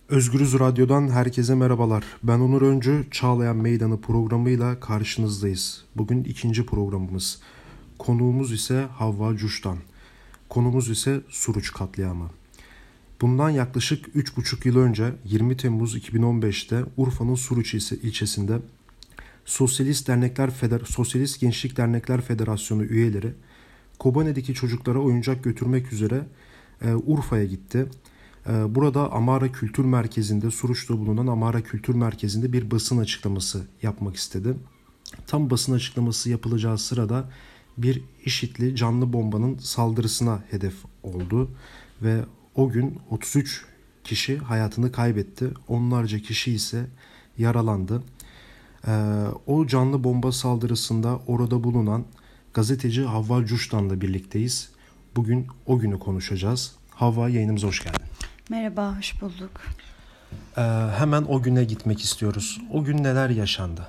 Özgürüz Radyo'dan herkese merhabalar. Ben Onur Öncü, Çağlayan Meydanı programıyla karşınızdayız. Bugün ikinci programımız. Konuğumuz ise Havva Cuş'tan. Konumuz ise Suruç katliamı. Bundan yaklaşık 3,5 yıl önce 20 Temmuz 2015'te Urfa'nın Suruç ilçesinde Sosyalist Gençlik Dernekler Federasyonu üyeleri Kobane'deki çocuklara oyuncak götürmek üzere Urfa'ya gitti. Burada Amara Kültür Merkezi'nde, Suruç'ta bulunan Amara Kültür Merkezi'nde bir basın açıklaması yapmak istedi. Tam basın açıklaması yapılacağı sırada bir IŞİD'li canlı bombanın saldırısına hedef oldu ve o gün 33 kişi hayatını kaybetti. Onlarca kişi ise yaralandı. O canlı bomba saldırısında orada bulunan gazeteci Havva Cuş'tan'la birlikteyiz. Bugün o günü konuşacağız. Havva, yayınımıza hoş geldin. Merhaba, hoş bulduk. Hemen o güne gitmek istiyoruz. O gün neler yaşandı?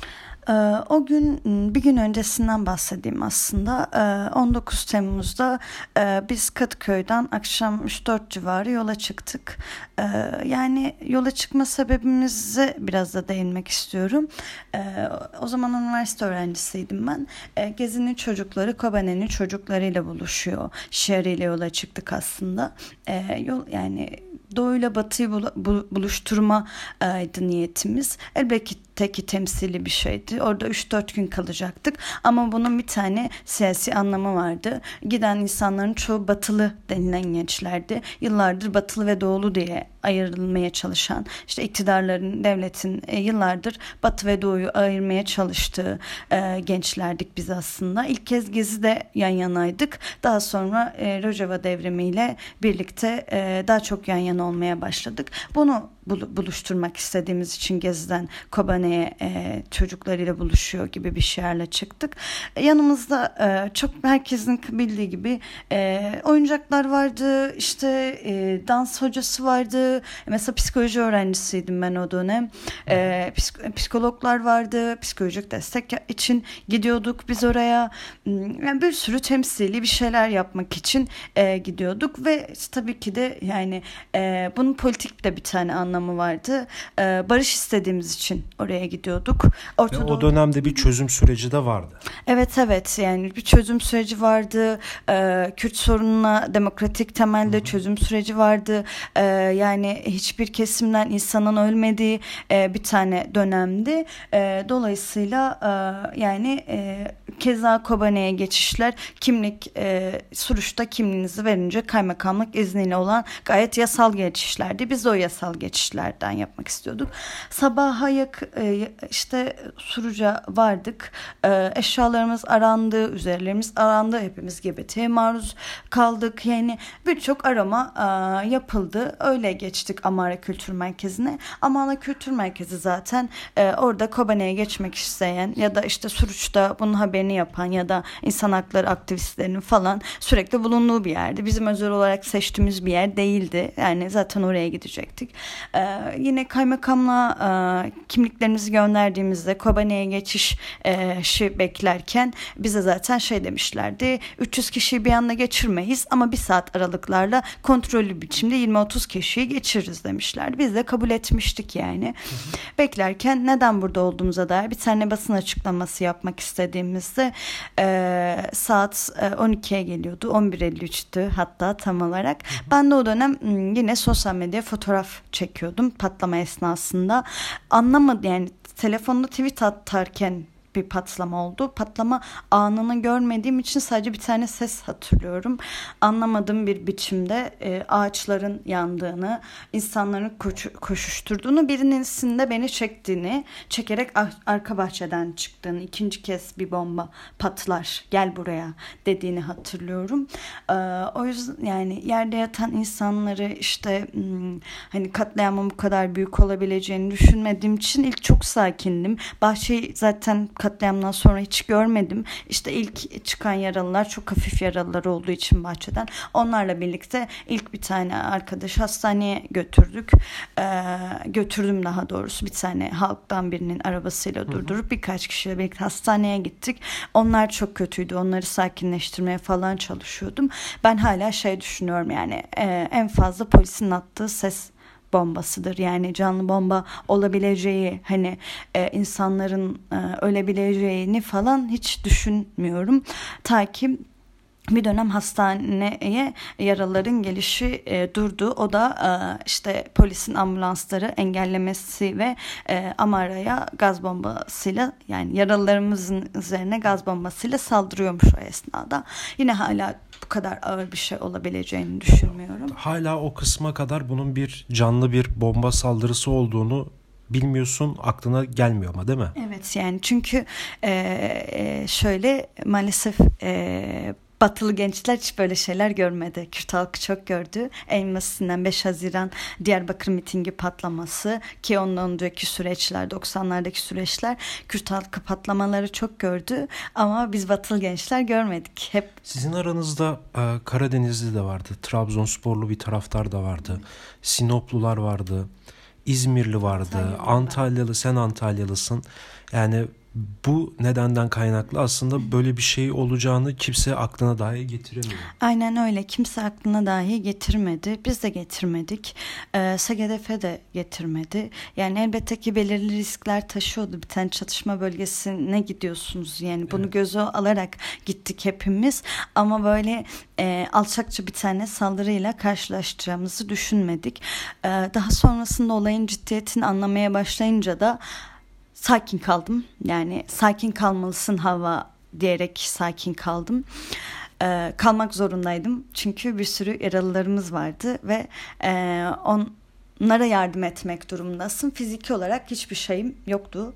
O gün bir gün öncesinden bahsedeyim aslında. 19 Temmuz'da biz Kadıköy'den akşam 3-4 civarı yola çıktık. Yani yola çıkma sebebimize biraz da değinmek istiyorum. O zaman üniversite öğrencisiydim ben. Gezi'nin çocukları Kobane'nin çocuklarıyla buluşuyor. Şiarıyla yola çıktık aslında. Yani Doğu'yla Batı'yı buluşturmaydı niyetimiz. Elbette ki temsili bir şeydi. Orada 3-4 gün kalacaktık. Ama bunun bir tane siyasi anlamı vardı. Giden insanların çoğu batılı denilen gençlerdi. Yıllardır batılı ve doğulu diye ayrılmaya çalışan, işte iktidarların, devletin yıllardır batı ve doğuyu ayırmaya çalıştığı gençlerdik biz aslında. İlk kez Gezi'de yan yanaydık. Daha sonra Rojava devrimiyle birlikte daha çok yan yana olmaya başladık. Bunu buluşturmak istediğimiz için Gezi'den Kobane'ye çocuklarıyla buluşuyor gibi bir şiarla çıktık. Yanımızda çok herkesin bildiği gibi oyuncaklar vardı, işte dans hocası vardı. Mesela psikoloji öğrencisiydim ben o dönem. Psikologlar vardı, psikolojik destek için gidiyorduk biz oraya. Yani bir sürü temsili bir şeyler yapmak için gidiyorduk ve tabii ki de yani bunun politik de bir tane anlamı vardı. Barış istediğimiz için oraya gidiyorduk. Ve o dönemde bir çözüm süreci de vardı. Evet, yani bir çözüm süreci vardı. Kürt sorununa demokratik temelde çözüm süreci vardı. Yani hiçbir kesimden insanın ölmediği bir tane dönemdi. Dolayısıyla yani keza Kobane'ye geçişler Suruç'ta kimliğinizi verince kaymakamlık izniyle olan gayet yasal geçişlerdi. Biz de o yasal geçişlerden yapmak istiyorduk. Sabaha işte Suruç'a vardık. Eşyalarımız arandı, üzerlerimiz arandı. Hepimiz GBT'ye maruz kaldık. Yani birçok arama yapıldı. Öyle geçtik Amara Kültür Merkezi'ne. Amara Kültür Merkezi zaten orada Kobane'ye geçmek isteyen ya da işte Suruç'ta bunun haberini yapan ya da insan hakları aktivistlerinin falan sürekli bulunduğu bir yerdi. Bizim özel olarak seçtiğimiz bir yer değildi. Yani zaten oraya gidecektik. Yine kaymakamla kimliklerimizi gönderdiğimizde Kobane'ye geçişi beklerken bize zaten demişlerdi. 300 kişiyi bir anda geçirmeyiz ama bir saat aralıklarla kontrollü biçimde 20-30 kişiyi geçiririz demişlerdi. Biz de kabul etmiştik yani. Beklerken neden burada olduğumuza dair bir tane basın açıklaması yapmak istediğimizde saat 12'ye geliyordu. 11.53'tü hatta tam olarak. Ben de o dönem yine sosyal medyaya fotoğraf çekiyordum patlama esnasında. Anlamadım yani, telefonda tweet atarken bir patlama oldu. Patlama anını görmediğim için sadece bir tane ses hatırlıyorum. Anlamadığım bir biçimde ağaçların yandığını, insanların koşuşturduğunu, birinin de beni çekerek arka bahçeden çıktığını, ikinci kez bir bomba patlar, gel buraya dediğini hatırlıyorum. O yüzden yani yerde yatan insanları işte hani katliamın bu kadar büyük olabileceğini düşünmediğim için ilk çok sakindim. Bahçeyi zaten katliamdan sonra hiç görmedim. İşte ilk çıkan yaralılar çok hafif yaralılar olduğu için bahçeden. Onlarla birlikte ilk bir tane arkadaş hastaneye götürdük. Götürdüm daha doğrusu. Bir tane halktan birinin arabasıyla durdurup birkaç kişiyle birlikte hastaneye gittik. Onlar çok kötüydü. Onları sakinleştirmeye falan çalışıyordum. Ben hala düşünüyorum yani en fazla polisin attığı ses bombasıdır. Yani canlı bomba olabileceği, hani insanların ölebileceğini falan hiç düşünmüyorum. Ta ki bir dönem hastaneye yaralıların gelişi durdu. O da işte polisin ambulansları engellemesi ve Amara'ya gaz bombasıyla, yani yaralılarımızın üzerine gaz bombasıyla saldırıyormuş o esnada. Yine hala bu kadar ağır bir şey olabileceğini düşünmüyorum. Hala o kısma kadar bunun bir canlı bir bomba saldırısı olduğunu bilmiyorsun, aklına gelmiyor ama, değil mi? Evet, yani çünkü şöyle maalesef Batılı gençler hiç böyle şeyler görmedi. Kürt halkı çok gördü. En basitinden 5 Haziran Diyarbakır mitingi patlaması, ki ondan önceki süreçler, 90'lardaki süreçler, Kürt halkı patlamaları çok gördü. Ama biz Batılı gençler görmedik. Hep sizin aranızda Karadenizli de vardı. Trabzonsporlu bir taraftar da vardı. Sinoplular vardı. İzmirli vardı. Antalyalı, sen Antalyalısın. Yani bu nedenden kaynaklı aslında böyle bir şey olacağını kimse aklına dahi getiremiyor. aynen öyle. Kimse aklına dahi getirmedi. Biz de getirmedik. SGDF de getirmedi. Yani elbette ki belirli riskler taşıyordu. Bir tane çatışma bölgesine gidiyorsunuz. Yani bunu göze alarak gittik hepimiz. Ama böyle alçakça bir tane saldırıyla karşılaşacağımızı düşünmedik. Daha sonrasında olayın ciddiyetini anlamaya başlayınca da sakin kaldım. Yani sakin kalmalısın Havva diyerek sakin kaldım. Kalmak zorundaydım. Çünkü bir sürü yaralılarımız vardı ve onlara yardım etmek durumundasın. Fiziki olarak hiçbir şeyim yoktu.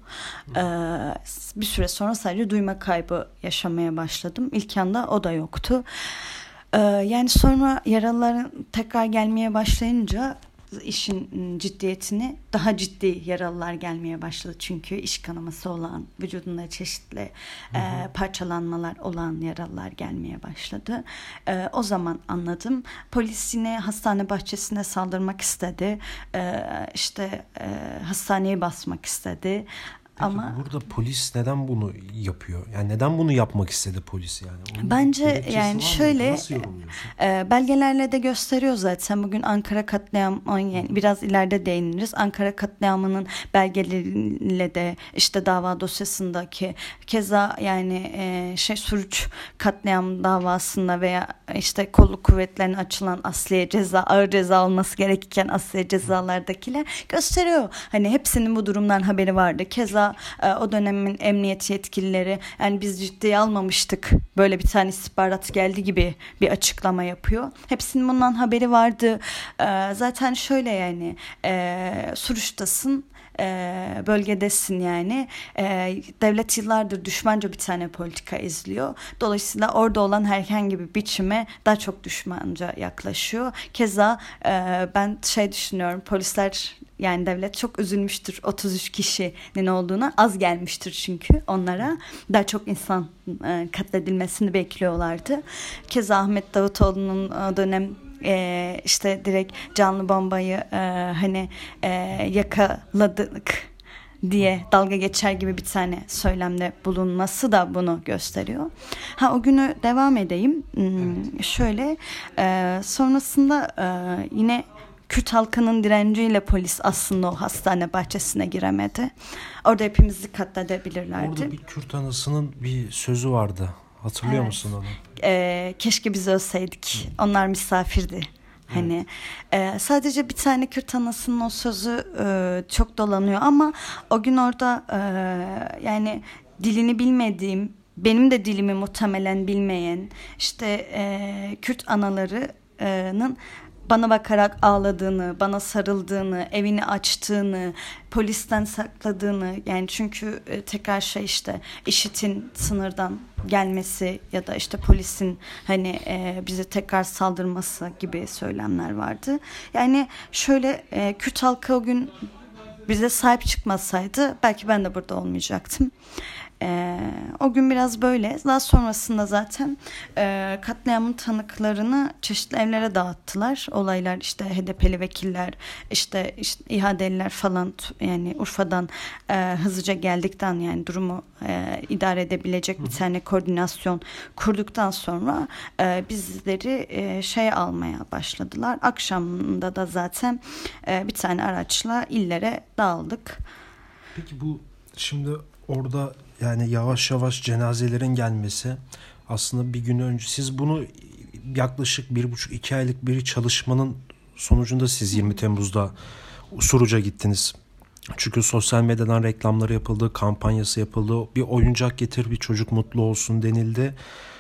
Bir süre sonra sadece duyma kaybı yaşamaya başladım. İlk anda o da yoktu. Yani sonra yaralıların tekrar gelmeye başlayınca işin ciddiyetini, daha ciddi yaralılar gelmeye başladı. Çünkü iç kanaması olan, vücudunda çeşitli parçalanmalar olan yaralılar gelmeye başladı. O zaman anladım. Polis yine hastane bahçesine saldırmak istedi. Hastaneyi basmak istedi. Peki ama burada polis neden bunu yapıyor? Yani neden bunu yapmak istedi polis yani? Onun bence gerekçesi var yani mı? şöyle Nasıl yorumluyorsun? belgelerle de gösteriyor zaten. Bugün Ankara katliamı, yani biraz ileride değiniriz. Ankara katliamının belgeleriyle de işte dava dosyasındaki, keza yani Suruç katliam davasında veya işte kolluk kuvvetlerine açılan asliye ceza, ağır ceza olması gerekirken asliye cezalardakiler gösteriyor. Hani hepsinin bu durumdan haberi vardı. Keza o dönemin emniyet yetkilileri, yani biz ciddiye almamıştık, böyle bir tane istihbarat geldi gibi bir açıklama yapıyor. Hepsinin bundan haberi vardı. Zaten şöyle, yani Suruç'tasın, bölgedesin yani. Devlet yıllardır düşmanca bir tane politika izliyor. Dolayısıyla orada olan herhangi bir biçime daha çok düşmanca yaklaşıyor. Keza ben düşünüyorum, polisler, yani devlet çok üzülmüştür 33 kişinin olduğuna. Az gelmiştir çünkü onlara. Daha çok insan katledilmesini bekliyorlardı. Keza Ahmet Davutoğlu'nun o dönem direkt canlı bombayı yakaladık diye dalga geçer gibi bir tane söylemde bulunması da bunu gösteriyor. O günü devam edeyim. Şöyle sonrasında yine Kürt halkının direnciyle polis aslında o hastane bahçesine giremedi. Orada hepimizi katledebilirlerdi. Orada bir Kürt anasının bir sözü vardı. Hatırlıyor musun onu? Keşke biz ölseydik. Onlar misafirdi. Hani sadece bir tane Kürt anasının o sözü çok dolanıyor ama o gün orada yani dilini bilmediğim, benim de dilimi muhtemelen bilmeyen Kürt analarının bana bakarak ağladığını, bana sarıldığını, evini açtığını, polisten sakladığını, yani çünkü tekrar IŞİD'in sınırdan gelmesi ya da polisin bize tekrar saldırması gibi söylemler vardı. Yani şöyle, Kürt halkı o gün bize sahip çıkmasaydı belki ben de burada olmayacaktım. O gün biraz böyle. Daha sonrasında zaten katliamın tanıklarını çeşitli evlere dağıttılar. Olaylar işte HDP'li vekiller, işte İHA'deliler falan, yani Urfa'dan hızlıca geldikten, yani durumu idare edebilecek bir tane koordinasyon kurduktan sonra bizleri almaya başladılar. Akşamında da zaten bir tane araçla illere dağıldık. Peki bu şimdi orada yani yavaş yavaş cenazelerin gelmesi, aslında bir gün önce siz bunu yaklaşık 1,5-2 aylık bir çalışmanın sonucunda siz 20 Temmuz'da Suruç'a gittiniz. Çünkü sosyal medyadan reklamları yapıldı, kampanyası yapıldı. Bir oyuncak getir, bir çocuk mutlu olsun denildi.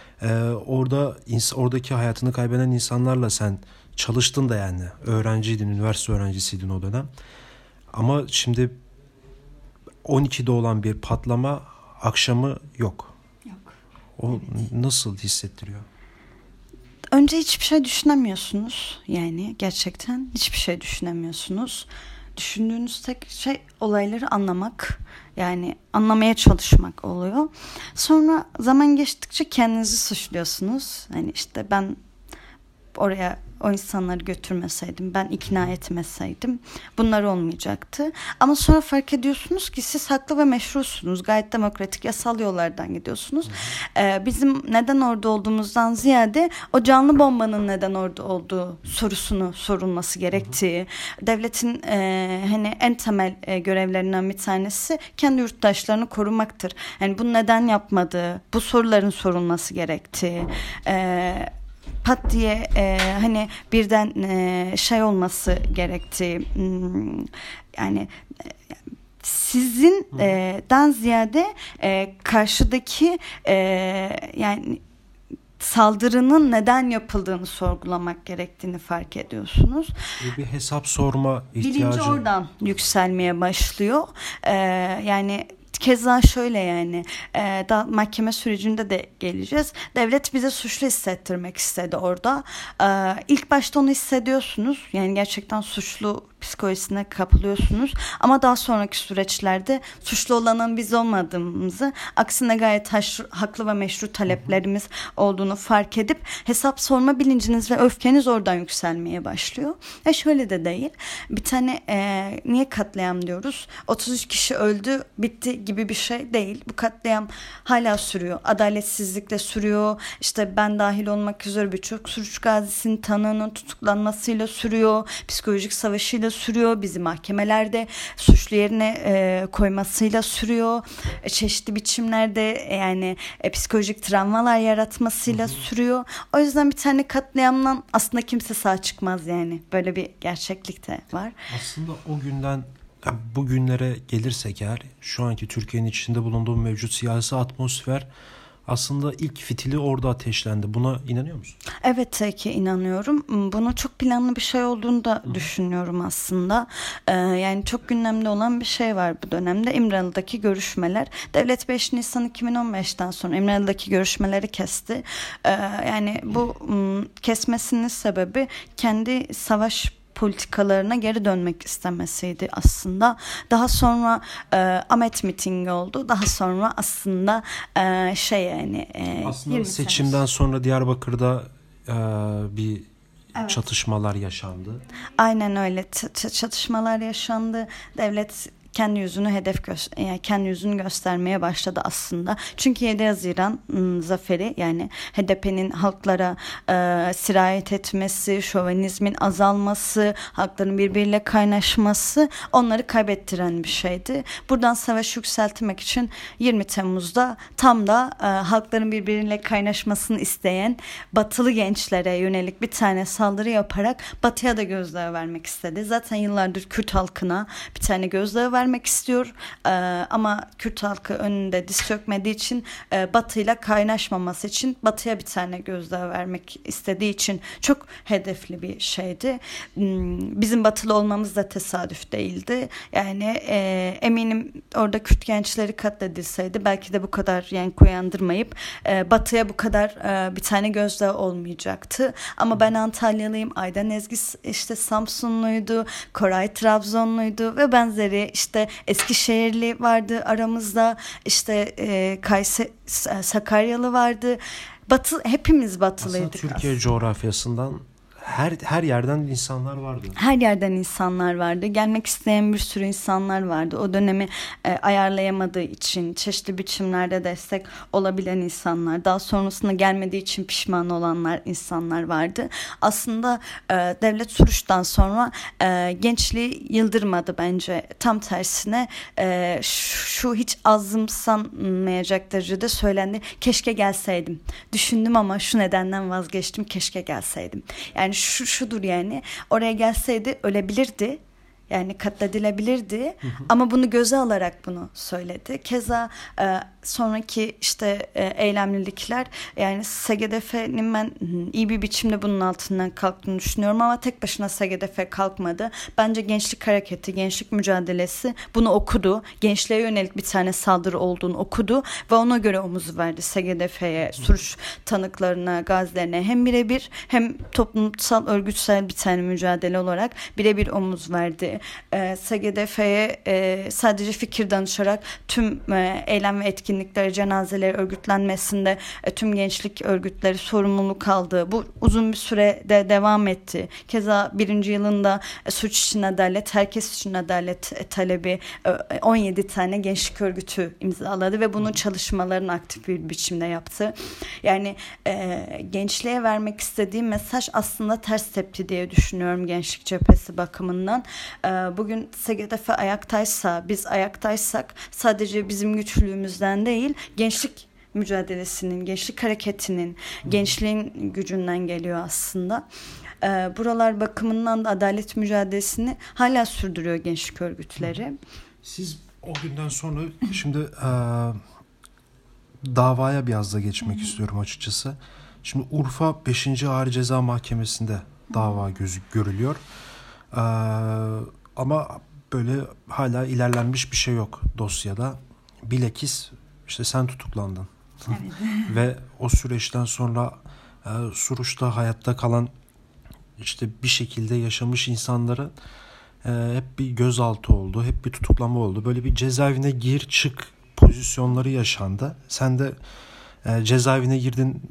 Oradaki hayatını kaybeden insanlarla sen çalıştın da yani. Öğrenciydin, üniversite öğrencisiydin o dönem. Ama şimdi 12'de olan bir patlama akşamı yok. O nasıl hissettiriyor? Önce hiçbir şey düşünemiyorsunuz. Yani gerçekten hiçbir şey düşünemiyorsunuz. Düşündüğünüz tek şey olayları anlamak. Yani anlamaya çalışmak oluyor. Sonra zaman geçtikçe kendinizi suçluyorsunuz. Yani işte ben oraya o insanları götürmeseydim, ben ikna etmeseydim bunlar olmayacaktı. Ama sonra fark ediyorsunuz ki siz haklı ve meşrusunuz. Gayet demokratik, yasal yollardan gidiyorsunuz. Bizim neden orada olduğumuzdan ziyade o canlı bombanın neden orada olduğu sorusunu sorulması gerektiği, devletin hani en temel görevlerinden bir tanesi kendi yurttaşlarını korumaktır. Yani bunu neden yapmadığı, bu soruların sorulması gerektiği, pat diye hani birden olması gerektiği, yani sizinden ziyade karşıdaki yani saldırının neden yapıldığını sorgulamak gerektiğini fark ediyorsunuz. Bir hesap sorma ihtiyacı. Bilinci oradan yükselmeye başlıyor. Yani keza şöyle, yani daha mahkeme sürecinde de geleceğiz. Devlet bize suçlu hissettirmek istedi orada. İlk başta onu hissediyorsunuz. Yani gerçekten suçlu psikolojisine kapılıyorsunuz. Ama daha sonraki süreçlerde suçlu olanın biz olmadığımızı, aksine gayet haklı ve meşru taleplerimiz olduğunu fark edip hesap sorma bilinciniz ve öfkeniz oradan yükselmeye başlıyor. Şöyle de değil. Bir tane niye katliam diyoruz? 33 kişi öldü, bitti gibi bir şey değil. Bu katliam hala sürüyor. Adaletsizlikle sürüyor. İşte ben dahil olmak üzere birçok Suruç gazisinin tanığının tutuklanmasıyla sürüyor. Psikolojik savaşıyla sürüyor. Bizi mahkemelerde suçlu yerine koymasıyla sürüyor. Çeşitli biçimlerde yani psikolojik travmalar yaratmasıyla sürüyor. O yüzden bir tane katliamdan aslında kimse sağ çıkmaz yani. Böyle bir gerçeklik de var. Aslında o günden bugünlere gelirsek eğer, şu anki Türkiye'nin içinde bulunduğu mevcut siyasi atmosfer, aslında ilk fitili orada ateşlendi. Buna inanıyor musun? Evet, tabii ki inanıyorum. Bunu çok planlı bir şey olduğunu da düşünüyorum aslında. Yani çok gündemde olan bir şey var bu dönemde. İmralı'daki görüşmeler. Devlet 5 Nisan 2015'ten sonra İmralı'daki görüşmeleri kesti. Yani bu kesmesinin sebebi kendi savaş politikalarına geri dönmek istemesiydi aslında. Daha sonra Ahmet mitingi oldu. Daha sonra aslında aslında seçimden sonra Diyarbakır'da bir çatışmalar yaşandı. Aynen öyle. Çatışmalar yaşandı. Devlet kendi yüzünü göstermeye başladı aslında. Çünkü 7 Haziran zaferi, yani HDP'nin halklara sirayet etmesi, şovenizmin azalması, halkların birbiriyle kaynaşması onları kaybettiren bir şeydi. Buradan savaşı yükseltmek için 20 Temmuz'da tam da halkların birbiriyle kaynaşmasını isteyen batılı gençlere yönelik bir tane saldırı yaparak batıya da gözdağı vermek istedi. Zaten yıllardır Kürt halkına bir tane gözdağı vermek istiyor ama Kürt halkı önünde diz çökmediği için, batıyla kaynaşmaması için batıya bir tane gözdağı vermek istediği için çok hedefli bir şeydi. Bizim batılı olmamız da tesadüf değildi. Yani eminim orada Kürt gençleri katledilseydi belki de bu kadar yankı uyandırmayıp batıya bu kadar bir tane gözdağı olmayacaktı. Ama ben Antalyalıyım, Aydan Ezgi işte Samsunluydu, Koray Trabzonluydu ve benzeri işte işte Eskişehirli vardı aramızda, işte Sakaryalı vardı. Hepimiz batılıydık. Aslında Türkiye coğrafyasından her yerden insanlar vardı. Her yerden insanlar vardı. Gelmek isteyen bir sürü insanlar vardı. O dönemi ayarlayamadığı için çeşitli biçimlerde destek olabilen insanlar, daha sonrasında gelmediği için pişman olanlar insanlar vardı. Aslında devlet Suruç'tan sonra gençliği yıldırmadı bence. Tam tersine şu hiç azımsanmayacak derecede söylendi. Keşke gelseydim. Düşündüm ama şu nedenden vazgeçtim. Keşke gelseydim. Yani şudur yani, oraya gelseydi ölebilirdi. Yani katledilebilirdi. Ama bunu göze alarak bunu söyledi. Keza sonraki işte eylemlilikler, yani SGDF'nin ben iyi bir biçimde bunun altından kalktığını düşünüyorum ama tek başına SGDF kalkmadı. Bence gençlik hareketi, gençlik mücadelesi bunu okudu. Gençliğe yönelik bir tane saldırı olduğunu okudu ve ona göre omuz verdi SGDF'ye, Suruç tanıklarına, gazilerine hem birebir hem toplumsal örgütsel bir tane mücadele olarak birebir omuz verdi. SGDF'ye sadece fikir danışarak tüm eylem ve etkinlikleri, cenazeleri örgütlenmesinde tüm gençlik örgütleri sorumluluk aldı. Bu uzun bir sürede devam etti. Keza 1. yılında suç için adalet, herkes için adalet talebi 17 tane gençlik örgütü imzaladı ve bunun çalışmalarını aktif bir biçimde yaptı. Yani gençliğe vermek istediğim mesaj aslında ters tepti diye düşünüyorum gençlik cephesi bakımından. Bugün SGDF ayaktaysa, biz ayaktaysak sadece bizim güçlüğümüzden değil, gençlik mücadelesinin, gençlik hareketinin, gençliğin gücünden geliyor aslında. Buralar bakımından da adalet mücadelesini hala sürdürüyor gençlik örgütleri. Siz o günden sonra şimdi davaya biraz da geçmek istiyorum açıkçası. Şimdi Urfa 5. Ağır Ceza Mahkemesi'nde dava görülüyor. Ama böyle hala ilerlenmiş bir şey yok dosyada. Bilakis işte sen tutuklandın. Evet. Ve o süreçten sonra Suruç'ta hayatta kalan, işte bir şekilde yaşamış insanların hep bir gözaltı oldu, hep bir tutuklama oldu. Böyle bir cezaevine gir çık pozisyonları yaşandı. Sen de cezaevine girdin,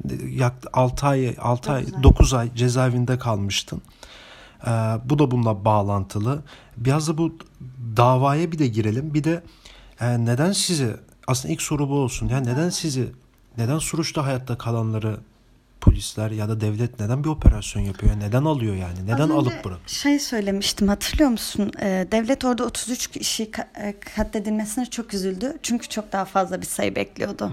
9 ay cezaevinde kalmıştın. Bu da bununla bağlantılı. Biraz da bu davaya bir de girelim. Bir de neden sizi, aslında ilk soru bu olsun. Yani neden Suruç'ta hayatta kalanları polisler ya da devlet neden bir operasyon yapıyor? Neden alıyor yani? Neden alıp bırakıyor? Söylemiştim, hatırlıyor musun? Devlet orada 33 kişi katledilmesine çok üzüldü. Çünkü çok daha fazla bir sayı bekliyordu.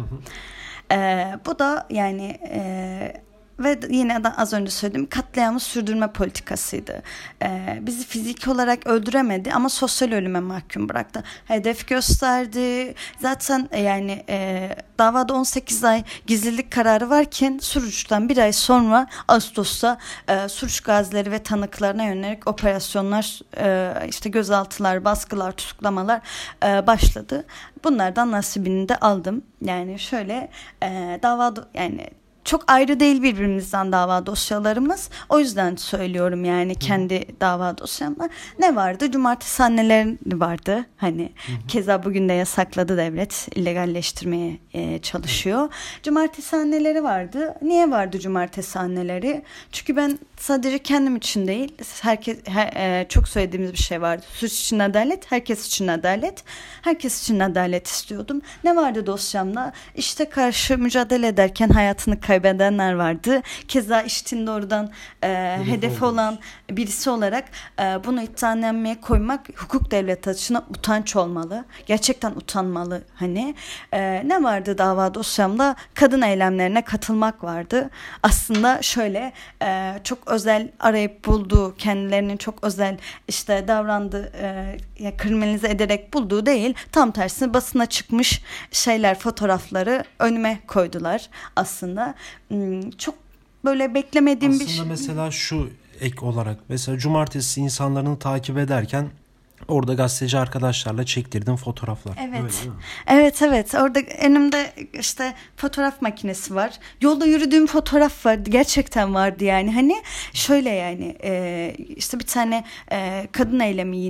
Bu da yani ve yine de az önce söylediğim katliamı sürdürme politikasıydı. Bizi fiziki olarak öldüremedi ama sosyal ölüme mahkum bıraktı. Hedef gösterdi. Zaten yani davada 18 ay gizlilik kararı varken Suruç'tan bir ay sonra Ağustos'ta Suruç gazileri ve tanıklarına yönelik operasyonlar, işte gözaltılar, baskılar, tutuklamalar başladı. Bunlardan nasibini de aldım. Yani şöyle yani çok ayrı değil birbirimizden dava dosyalarımız. O yüzden söylüyorum yani kendi dava dosyamda. Ne vardı? Cumartesi anneleri vardı. Hani keza bugün de yasakladı devlet. İllegalleştirmeye çalışıyor. Cumartesi anneleri vardı. Niye vardı cumartesi anneleri? Çünkü ben sadece kendim için değil, çok söylediğimiz bir şey vardı. Suç için adalet, herkes için adalet. Herkes için adalet istiyordum. Ne vardı dosyamda? İşte karşı mücadele ederken hayatını kaybedenler vardı. Keza IŞİD'in doğrudan hedefi olan birisi olarak bunu iddianameye koymak hukuk devleti açısından utanç olmalı. Gerçekten utanmalı hani. Ne vardı dava dosyamda? Kadın eylemlerine katılmak vardı. Aslında şöyle çok özel arayıp bulduğu, kendilerinin çok özel işte davrandığı, kriminalize ederek bulduğu değil, tam tersine basına çıkmış fotoğrafları önüme koydular aslında. Çok böyle beklemediğim aslında bir şey. Aslında mesela şu ek olarak, mesela cumartesi insanlarını takip ederken orada gazeteci arkadaşlarla çektirdiğim fotoğraflar. Evet. Evet. Orada önümde işte fotoğraf makinesi var. Yolda yürüdüğüm fotoğraf vardı. Gerçekten vardı yani. Hani şöyle yani işte bir tane kadın eylemi yine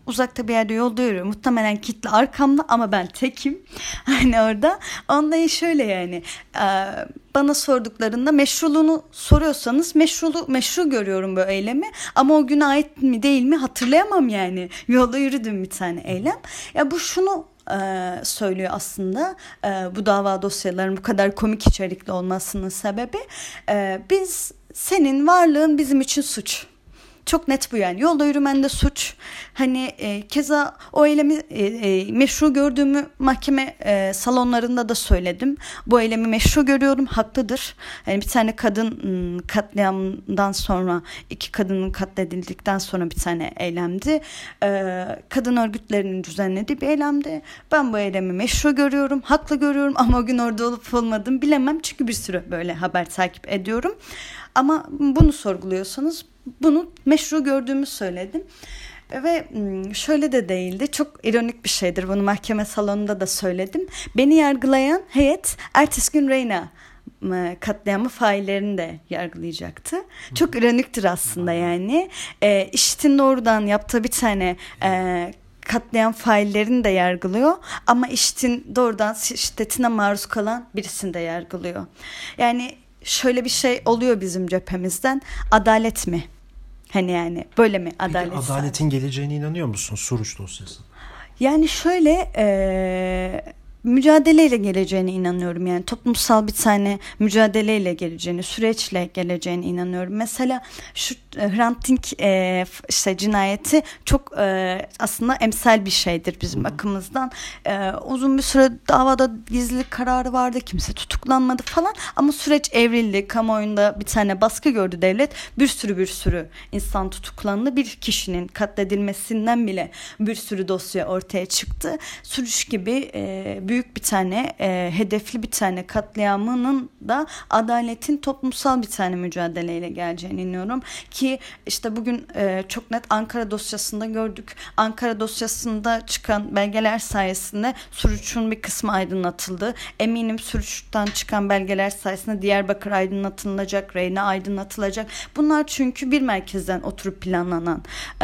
uzakta bir yerde yolda yürüyorum. Muhtemelen kitle arkamda ama ben tekim. Hani orada. Ondan şöyle yani bana sorduklarında meşruluğunu soruyorsanız meşru görüyorum bu eylemi. Ama o güne ait mi değil mi hatırlayamam yani. Yolda yürüdüm bir tane eylem. Ya bu şunu söylüyor aslında bu dava dosyalarının bu kadar komik içerikli olmasının sebebi biz senin varlığın bizim için suç. Çok net bu yani. Yolda yürümen de suç. Hani keza o eylemi meşru gördüğümü mahkeme salonlarında da söyledim. Bu eylemi meşru görüyorum. Haklıdır. Yani bir tane kadın katliamdan sonra 2 kadının katledildikten sonra bir tane eylemdi. Kadın örgütlerinin düzenlediği bir eylemdi. Ben bu eylemi meşru görüyorum. Haklı görüyorum ama o gün orada olup olmadım bilemem. Çünkü bir sürü böyle haber takip ediyorum. Ama bunu sorguluyorsanız bunu meşru gördüğümü söyledim. Ve şöyle de değildi. Çok ironik bir şeydir. Bunu mahkeme salonunda da söyledim. Beni yargılayan heyet ertesi gün Reyna katliamı faillerini de yargılayacaktı. Çok ironiktir aslında yani. IŞİD'in doğrudan yaptığı bir tane katliam faillerini de yargılıyor. Ama IŞİD'in doğrudan şiddetine maruz kalan birisini de yargılıyor. Yani şöyle bir şey oluyor bizim cephemizden. Adalet mi? Hani yani böyle mi adalet? Peki adaletin geleceğine inanıyor musun Suruç dosyası? Yani şöyle mücadeleyle geleceğine inanıyorum. Yani toplumsal bir tane mücadeleyle geleceğine, süreçle geleceğine inanıyorum. Mesela şu Hrant Dink işte cinayeti çok aslında emsal bir şeydir bizim bakımızdan. Uzun bir süre davada gizlilik kararı vardı. Kimse tutuklanmadı falan. Ama süreç evrildi. Kamuoyunda bir tane baskı gördü devlet. Bir sürü insan tutuklandı. Bir kişinin katledilmesinden bile bir sürü dosya ortaya çıktı. Suruç gibi büyük bir tane hedefli bir tane katliamının da adaletin toplumsal bir tane mücadeleyle geleceğine inanıyorum ki işte bugün çok net Ankara dosyasında gördük. Ankara dosyasında çıkan belgeler sayesinde Suruç'un bir kısmı aydınlatıldı. Eminim Suruç'tan çıkan belgeler sayesinde Diyarbakır aydınlatılacak, Reyna aydınlatılacak. Bunlar çünkü bir merkezden oturup planlanan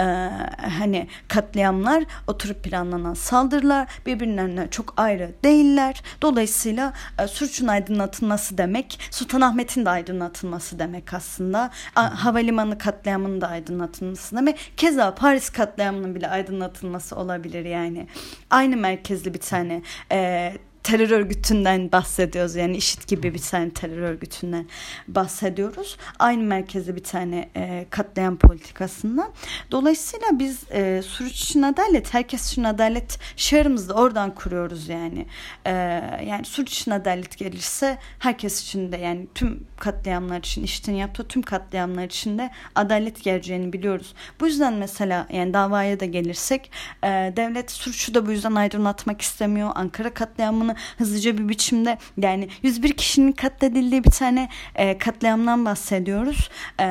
hani katliamlar, oturup planlanan saldırılar birbirlerinden çok ayrı değiller. Dolayısıyla Suruç'un aydınlatılması demek, Sultanahmet'in de aydınlatılması demek aslında. Havalimanı katliamının da aydınlatılması demek. Keza Paris katliamının bile aydınlatılması olabilir yani. Aynı merkezli bir tane terör örgütünden bahsediyoruz. Yani IŞİD gibi bir tane terör örgütünden bahsediyoruz. Aynı merkezde bir tane katliam politikasından. Dolayısıyla biz Suruç için adalet, herkes için adalet şiarımızı da oradan kuruyoruz yani. Yani Suruç için adalet gelirse herkes için de yani tüm katliamlar için, IŞİD'in yaptığı tüm katliamlar için de adalet geleceğini biliyoruz. Bu yüzden mesela yani davaya da gelirsek devlet Suruç'u da bu yüzden aydınlatmak istemiyor. Ankara katliamını hızlıca bir biçimde yani 101 kişinin katledildiği bir tane katliamdan bahsediyoruz.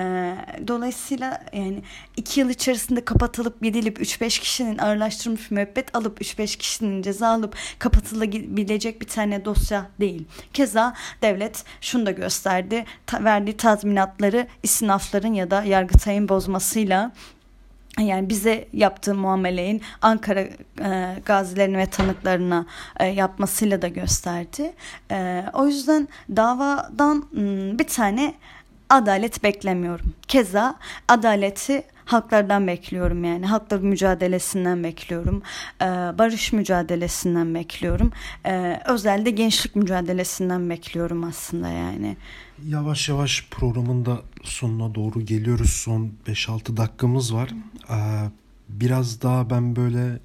Dolayısıyla yani 2 yıl içerisinde kapatılıp gidilip 3-5 kişinin ağırlaştırılmış müebbet alıp 3-5 kişinin ceza alıp kapatılabilecek bir tane dosya değil. Keza devlet şunu da gösterdi. Verdiği tazminatları istinafların ya da Yargıtay'ın bozmasıyla yani bize yaptığı muameleyin Ankara gazilerine ve tanıklarına yapmasıyla da gösterdi. O yüzden davadan bir tane adalet beklemiyorum. Keza adaleti halklardan bekliyorum yani. Halklar mücadelesinden bekliyorum. Barış mücadelesinden bekliyorum. Özellikle gençlik mücadelesinden bekliyorum aslında yani. Yavaş yavaş programın da sonuna doğru geliyoruz. Son 5-6 dakikamız var. Biraz daha ben böyle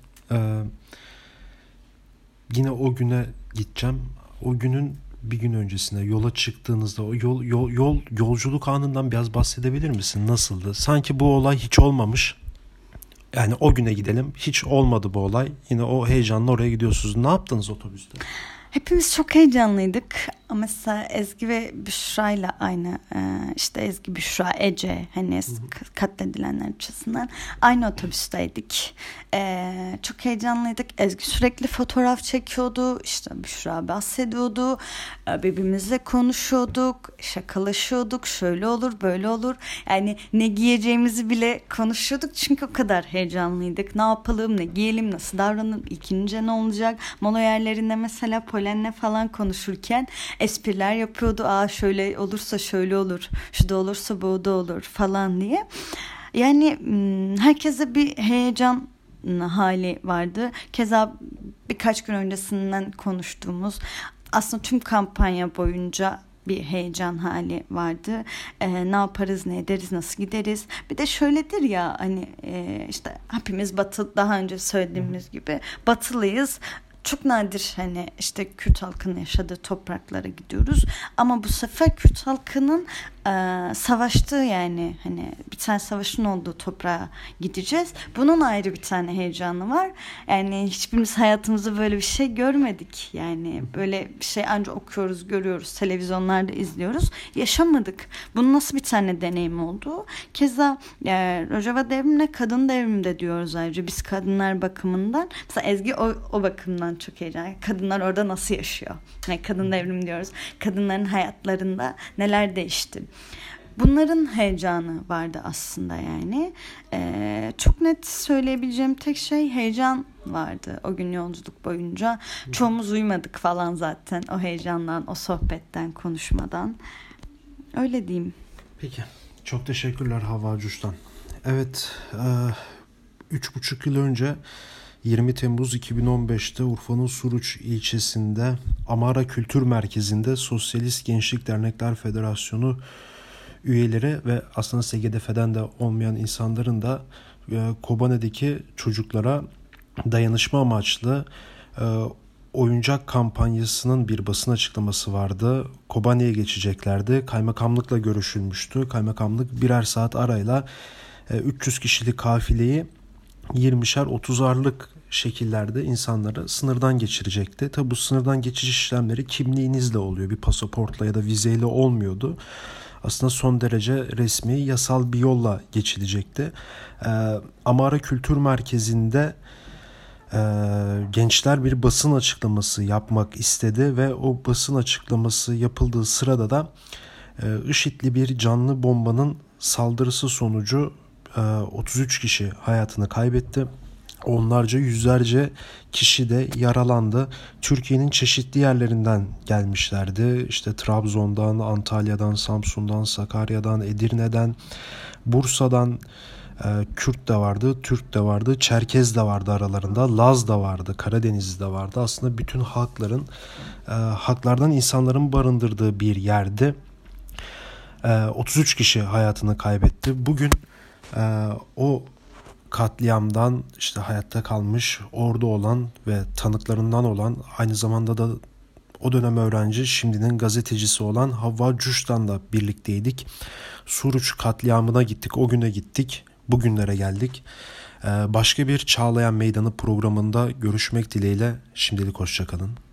yine o güne gideceğim. O günün bir gün öncesinde yola çıktığınızda o yolculuk anından biraz bahsedebilir misin? Nasıldı? Sanki bu olay hiç olmamış. Yani o güne gidelim. Hiç olmadı bu olay. Yine o heyecanla oraya gidiyorsunuz. Ne yaptınız otobüste? Hepimiz çok heyecanlıydık. Ama mesela Ezgi ve Büşra'yla aynı, işte Ezgi, Büşra, Ece, hani katledilenler açısından aynı otobüsteydik. Çok heyecanlıydık. Ezgi sürekli fotoğraf çekiyordu. İşte Büşra bahsediyordu. Birbirimizle konuşuyorduk. Şakalaşıyorduk. Şöyle olur, böyle olur. Yani ne giyeceğimizi bile konuşuyorduk. Çünkü o kadar heyecanlıydık. Ne yapalım, ne giyelim, nasıl davranalım, ikinci ne olacak? Mola yerlerinde mesela Polen'le falan konuşurken espriler yapıyordu. Şöyle olursa şöyle olur, şu da olursa bu da olur falan diye. Yani herkese bir heyecan hali vardı. Keza birkaç gün öncesinden konuştuğumuz, aslında tüm kampanya boyunca bir heyecan hali vardı. Ne yaparız, ne ederiz, nasıl gideriz? Bir de şöyledir ya, hani işte hepimiz daha önce söylediğimiz gibi batılıyız. Çok nadir hani işte Kürt halkının yaşadığı topraklara gidiyoruz. Ama bu sefer Kürt halkının savaştığı, yani hani bir tane savaşın olduğu toprağa gideceğiz. Bunun ayrı bir tane heyecanı var. Yani hiçbirimiz hayatımızda böyle bir şey görmedik. Yani böyle bir şey ancak okuyoruz, görüyoruz, televizyonlarda izliyoruz. Yaşamadık. Bunun nasıl bir tane deneyim oldu? Keza Rojava devrimine kadın devrimi de diyoruz ayrıca. Biz kadınlar bakımından. Mesela Ezgi o bakımdan çok heyecanlı. Kadınlar orada nasıl yaşıyor? Yani kadın devrimi diyoruz. Kadınların hayatlarında neler değişti? Bunların heyecanı vardı aslında yani. Çok net söyleyebileceğim tek şey heyecan vardı o gün yolculuk boyunca. Çoğumuz uyumadık falan zaten o heyecandan, o sohbetten, konuşmadan. Öyle diyeyim. Peki. Çok teşekkürler Havva Cuş'tan. Evet, 3,5 yıl önce 20 Temmuz 2015'te Urfa'nın Suruç ilçesinde Amara Kültür Merkezi'nde Sosyalist Gençlik Dernekler Federasyonu üyeleri ve aslında SGDF'den de olmayan insanların da Kobane'deki çocuklara dayanışma amaçlı oyuncak kampanyasının bir basın açıklaması vardı. Kobane'ye geçeceklerdi. Kaymakamlıkla görüşülmüştü. Kaymakamlık birer saat arayla 300 kişilik kafileyi 20'şer 30'arlık şekillerde insanları sınırdan geçirecekti. Tabi bu sınırdan geçiş işlemleri kimliğinizle oluyor. Bir pasaportla ya da vizeyle olmuyordu. Aslında son derece resmi, yasal bir yolla geçilecekti. Amara Kültür Merkezi'nde gençler bir basın açıklaması yapmak istedi ve o basın açıklaması yapıldığı sırada da IŞİD'li bir canlı bombanın saldırısı sonucu 33 kişi hayatını kaybetti. Onlarca, yüzlerce kişi de yaralandı. Türkiye'nin çeşitli yerlerinden gelmişlerdi. İşte Trabzon'dan, Antalya'dan, Samsun'dan, Sakarya'dan, Edirne'den, Bursa'dan Kürt de vardı, Türk de vardı, Çerkez de vardı aralarında, Laz da vardı, Karadeniz'de vardı. Aslında bütün halklardan insanların barındırdığı bir yerdi. 33 kişi hayatını kaybetti. Bugün o katliamdan işte hayatta kalmış, orada olan ve tanıklarından olan, aynı zamanda da o dönem öğrenci, şimdinin gazetecisi olan Havva Cuş'tan da birlikteydik. Suruç katliamına gittik, o güne gittik, bugünlere geldik. Başka bir Çağlayan Meydanı programında görüşmek dileğiyle, şimdilik hoşça kalın.